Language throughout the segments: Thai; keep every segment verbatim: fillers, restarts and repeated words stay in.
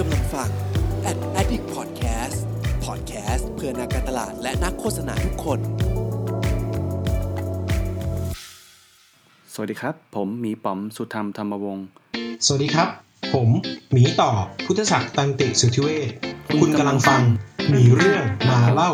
กำลังฟัง Ad Addict Podcast Podcast เพื่อนักการตลาดและนักโฆษณาทุกคนสวัสดีครับผมหมีป๋อมสุธรรมธรรมวงศ์สวัสดีครับผมหมีต่อพุทธศักดิ์ตันติสุทธิเวชคุณกำลังฟังมีเรื่องมาเล่า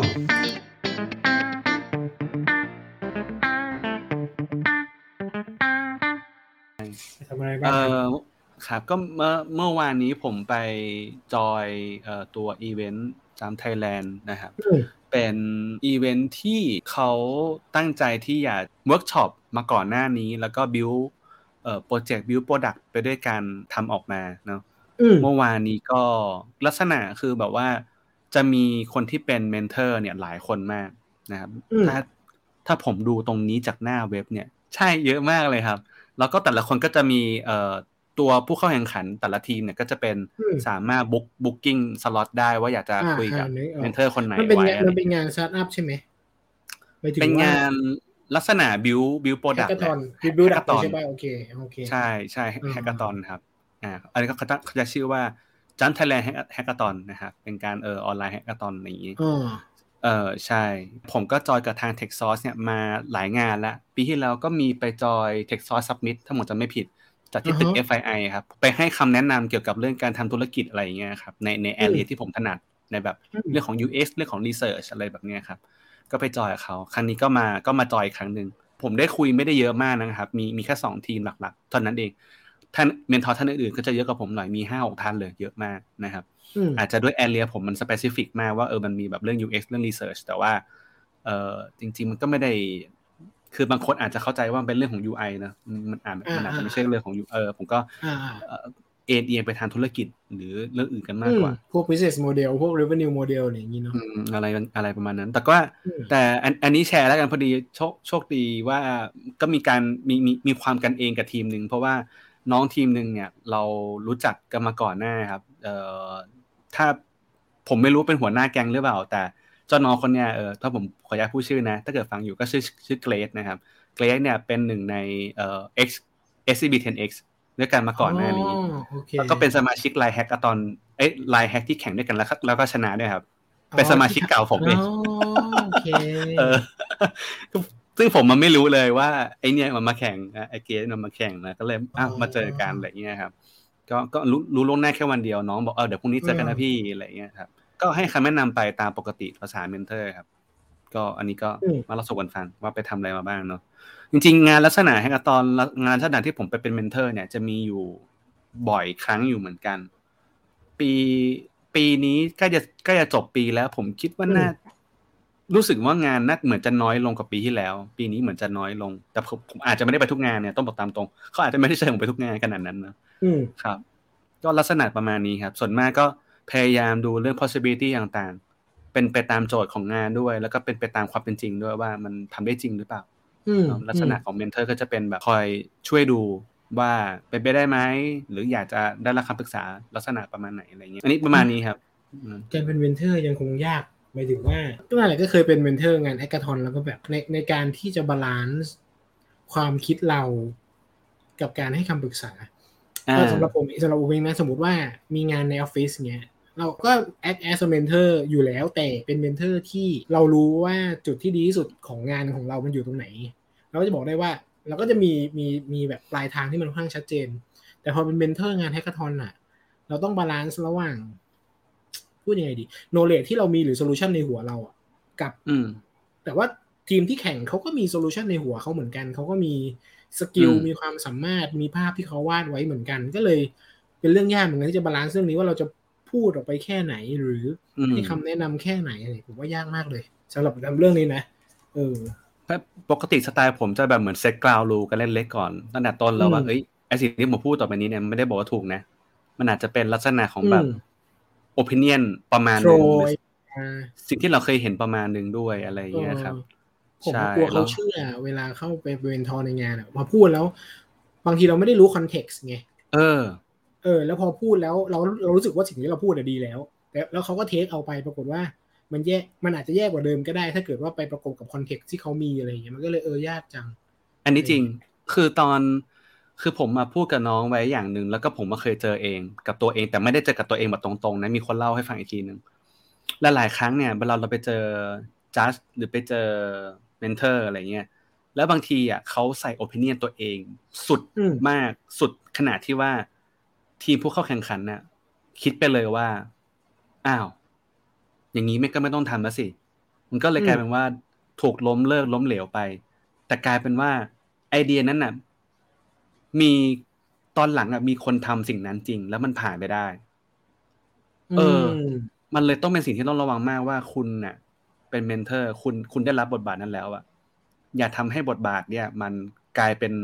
ทำอะไรบ้างครับก็เมื่อเมื่อวานนี้ผมไปจอยเอ่อตัวอีเวนต์จามไทยแลนด์นะครับเป็นอีเวนต์ที่เขาตั้งใจที่อยากเวิร์กช็อปมาก่อนหน้านี้แล้วก็บิวเอ่อโปรเจกต์บิวโปรดักต์ไปด้วยการทำออกมาเนาะเมื่อวานนี้ก็ลักษณะคือแบบว่าจะมีคนที่เป็นเมนเทอร์เนี่ยหลายคนมากนะครับถ้าถ้าผมดูตรงนี้จากหน้าเว็บเนี่ยใช่เยอะมากเลยครับแล้วก็แต่ละคนก็จะมีเอ่อตัวผู้เข้าแข่งขันแต่ละทีมเนี่ยก็จะเป็นสามารถบุ๊กบุ๊กกิ้งสล็อตได้ว่าอยากจะคุยกับเมนเทอร์คนไหนไว้มันเป็นมันเป็นงานสตาร์ทอัพใช่ไหมเป็นงานลักษณะบิวบิวโปรดักต์แฮกเกอร์ทอนบิวดักใช่ป่ะโอเคโอเคใช่ใช่แฮกเกอร์ทอนครับอ่าอันนี้เขาเขาจะชื่อว่าจันทร์ไทยแลนด์แฮกเกอร์ทอนนะครับเป็นการเอ่อออนไลน์แฮกเกอร์ทอนอย่างงี้เออใช่ผมก็จอยกับทาง TechSource เนี่ยมาหลายงานแล้วปีที่แล้วก็มีไปจอย TechSource Summit ถ้าหมดจะไม่ผิดจากที่ตึก เอฟ ไอ ไอ ครับไปให้คำแนะนำเกี่ยวกับเรื่องการทำธุรกิจอะไรอย่างเงี้ยครับในใน area ที่ผมถนัดในแบบเรื่องของ ยู เอ็กซ์ เรื่องของ research อะไรแบบเนี้ยครับก็ไปจอยกับเขาครั้งนี้ก็มาก็มาจอยอีกครั้งนึงผมได้คุยไม่ได้เยอะมากนะครับมีมีแค่สองทีมหลักๆเท่านั้นเองท่านเมนทอร์ท่านอื่นๆก็จะเยอะกว่าผมหน่อยมี ห้าหก ท่านเลยเยอะมากนะครับอาจจะด้วย area ผมมัน specific มากว่าเออมันมีแบบเรื่อง ยู เอ็กซ์ เรื่อง research แต่ว่าเออจริงๆมันก็ไม่ได้คือบางคนอาจจะเข้าใจว่ามันเป็นเรื่องของ ยู ไอ นะมันอาจมันอาจจะไม่ใช่เรื่องของ เออผมก็เอ็นเอียงไปทางธุรกิจหรือเรื่องอื่นกันมากกว่าพวก business model พวก revenue model อะไรอย่างงี้เนาะอะไรอะไรประมาณนั้นแต่ก็แต่อันอันนี้แชร์แล้วกันพอดีโชคโชคดีว่าก็มีการมีมีมีความกันเองกับทีมนึงเพราะว่าน้องทีมนึงเนี่ยเรารู้จักกันมาก่อนหน้าครับเอ่อถ้าผมไม่รู้เป็นหัวหน้าแก๊งหรือเปล่าแต่เจ้าน้องคนเนี้ยเออถ้าผมขออนุญาตพูดชื่อนะถ้าเกิดฟังอยู่ก็ชื่อชื่อเกรซนะครับเกรซเนี่ยเป็นหนึ่งในเอ่อ X เอส ซี บี เท็น เอ็กซ์ ด้วยกันมาก่อนหน้านี้แล้วก็เป็นสมาชิกไลน์แฮกเกอร์ทอนเอ้ยไลน์แฮกที่แข่งด้วยกันแล้วแล้วก็ชนะด้วยครับเป็นสมาชิกเก่าผมเองโอเคเออซึ่งผมมันไม่รู้เลยว่าไอเนี่ยมันมาแข่งไอเกสมันมาแข่งนะก็เลยอ้าวมาเจอกันอะไรเงี้ยครับก็ก็รู้รู้ล่วงหน้าแค่วันเดียวน้องบอกเออเดี๋ยวพรุ่งนี้เจอกันนะพี่อะไรเงี้ยครับก็ให้คำแนะนำไปตามปกติภาษาเมนเทอร์ครับก็อันนี้ก็มาเล่าสู่กันฟังว่าไปทำอะไรมาบ้างเนาะจริงๆงานลักษณะแฮกเกอร์ทอนงานลักษณะที่ผมไปเป็นเมนเทอร์เนี่ยจะมีอยู่บ่อยครั้งอยู่เหมือนกันปีปีนี้ใกล้จะใกล้จะจบปีแล้วผมคิดว่าน่ารู้สึกว่างานน่าเหมือนจะน้อยลงกว่าปีที่แล้วปีนี้เหมือนจะน้อยลงแต่ผมผมอาจจะไม่ได้ไปทุกงานเนี่ยต้องบอกตามตรงเขาอาจจะไม่ได้เชิญผมไปทุกงานขนาดนั้นนะครับก็ลักษณะประมาณนี้ครับส่วนมากก็พยายามดูเรื่อง possibility ต่างๆเป็นไปตามโจทย์ของงานด้วยแล้วก็เป็นไปตามความเป็นจริงด้วยว่ามันทำได้จริงหรือเปล่าลักษณะของเมนเทอร์ก็จะเป็นแบบคอยช่วยดูว่าเป็นไปได้ไหมหรืออยากจะได้รับคำปรึกษาลักษณะประมาณไหนอะไรเงี้ยอันนี้ประมาณนี้ครับการเป็นเมนเทอร์ยังคงยากหมายถึงว่าตั้งแต่ก็เคยเป็นเมนเทอร์งานแฮกเกอร์ทอนแล้วก็แบบในในการที่จะบาลานซ์ความคิดเรากับการให้คำปรึกษาสำหรับผมสำหรับผมเองนะสมมติว่ามีงานในออฟฟิศเงี้ยเราก็ act as a mentor อยู่แล้วแต่เป็นเมนเทอร์ที่เรารู้ว่าจุดที่ดีที่สุดของงานของเรามันอยู่ตรงไหนเราก็จะบอกได้ว่าเราก็จะมีมีมีแบบปลายทางที่มันค่อนข้างชัดเจนแต่พอเป็นเมนเทอร์งานแฮกเกอร์ทอนน่ะเราต้องบาลานซ์ระหว่างพูดยังไงดี knowledge ที่เรามีหรือ solution ในหัวเราอ่ะกับแต่ว่าทีมที่แข่งเขาก็มี solution ในหัวเขาเหมือนกันเขาก็มีสกิลมีความสามารถมีภาพที่เขาวาดไว้เหมือนกันก็เลยเป็นเรื่องยากเหมือนกันที่จะบาลานซ์เรื่องนี้ว่าเราจะพูดออกไปแค่ไหนหรือให้คำแนะนำแค่ไหนอะไรผมว่ายากมากเลยสำหรับทำเรื่องนี้นะเออปกติสไตล์ผมจะแบบเหมือนเซตกราวด์รูกันเล็กๆก่อนตั้งแต่ต้นแล้วว่าเอ้ยไอ้สิ่งที่ผมพูดต่อไปนี้เนี่ยไม่ได้บอกว่าถูกนะมันอาจจะเป็นลักษณะของแบบ opinion ประมาณนึงสิ่งที่เราเคยเห็นประมาณนึงด้วยอะไรอย่างเงี้ยครับผมกลัวเขาเชื่อเวลาเข้าไปเป็นทอในงานอ่ะพอพูดแล้วบางทีเราไม่ได้รู้คอนเท็กซ์ไงเออเออแล้วพอพูดแล้วเราเรารู้สึกว่าสิ่งที่เราพูดดีแล้วแต่แล้วเขาก็เทคเอาไปปรากฏว่ามันแย่มันอาจจะแย่กว่าเดิมก็ได้ถ้าเกิดว่าไปประกบกับคอนเท็กซ์ที่เขามีอะไรอย่างเงี้ยมันก็เลยเออยากจังอันนี้จริงคือตอนคือผมมาพูดกับน้องไว้อย่างหนึ่งแล้วก็ผมมาเคยเจอเองกับตัวเองแต่ไม่ได้เจอกับตัวเองแบบตรงๆนะมีคนเล่าให้ฟังอีกทีนึงและหลายครั้งเนี่ยเวลาเราไปเจอจัดหรือไปเจอเมนเทอร์อะไรเงี้ยแล้วบางทีอ่ะเขาใส่โอปิเนียนตัวเองสุดมากสุดขนาดที่ว่าทีมผู้เข้าแข่งขันน่ะคิดไปเลยว่าอ้าวอย่างนี้ไม่ก็ไม่ต้องทำแล้วสิมันก็เลยกลายเป็นว่าถูกล้มเลิกล้มเหลวไปแต่กลายเป็นว่าไอเดียนั้นน่ะมีตอนหลังอ่ะมีคนทำสิ่งนั้นจริงแล้วมันผ่านไปได้เออมันเลยต้องเป็นสิ่งที่ต้องระวังมากว่าคุณน่ะเป็นเมนเทอร์คุณคุณได้รับบทบาทนั้นแล้วอ่ะอย่าทำให้บทบาทเนี่ยมันกลายเป็น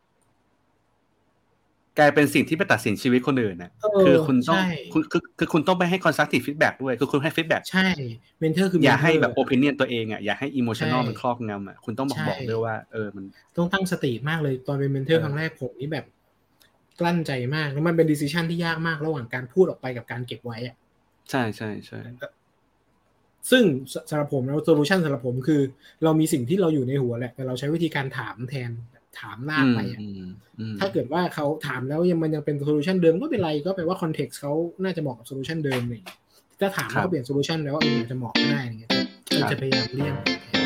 กลายเป็นสิ่งที่ไปตัดสินชีวิตคนอื่นน่ะคือคุณต้องคุณคือคือคุณต้องไปให้ constructive feedback ด้วยคือคุณให้ feedback ใช่เมนเทอร์คืออย่าให้แบบ opinion ตัวเองอ่ะอย่าให้ emotional มันครอบงำอ่ะคุณต้องบอกบอกด้วยว่าเออมันต้องตั้งสติมากเลยตอนเป็นเมนเทอร์ครั้งแรกผมนี่แบบกลั้นใจมากแล้วมันเป็น decision ที่ยากมากระหว่างการพูดออกไปกับการเก็บไว้อ่ะใช่ใช่ใช่ซึ่งสำหรับผมแล้ว solution สำหรับผมคือเรามีสิ่งที่เราอยู่ในหัวแหละแต่เราใช้วิธีการถามแทนถามลากไปอ่ะถ้าเกิดว่าเขาถามแล้วยังมันยังเป็น solution เดิมก็เป็นไรก็แปลว่า context เขาน่าจะเหมาะกับ solution เดิมนี่ถ้าถามแล้วเปลี่ยน solution แล้วเออจะเหมาะก็ได้อย่างเงี้ยก็จะพยายามเลี่ยง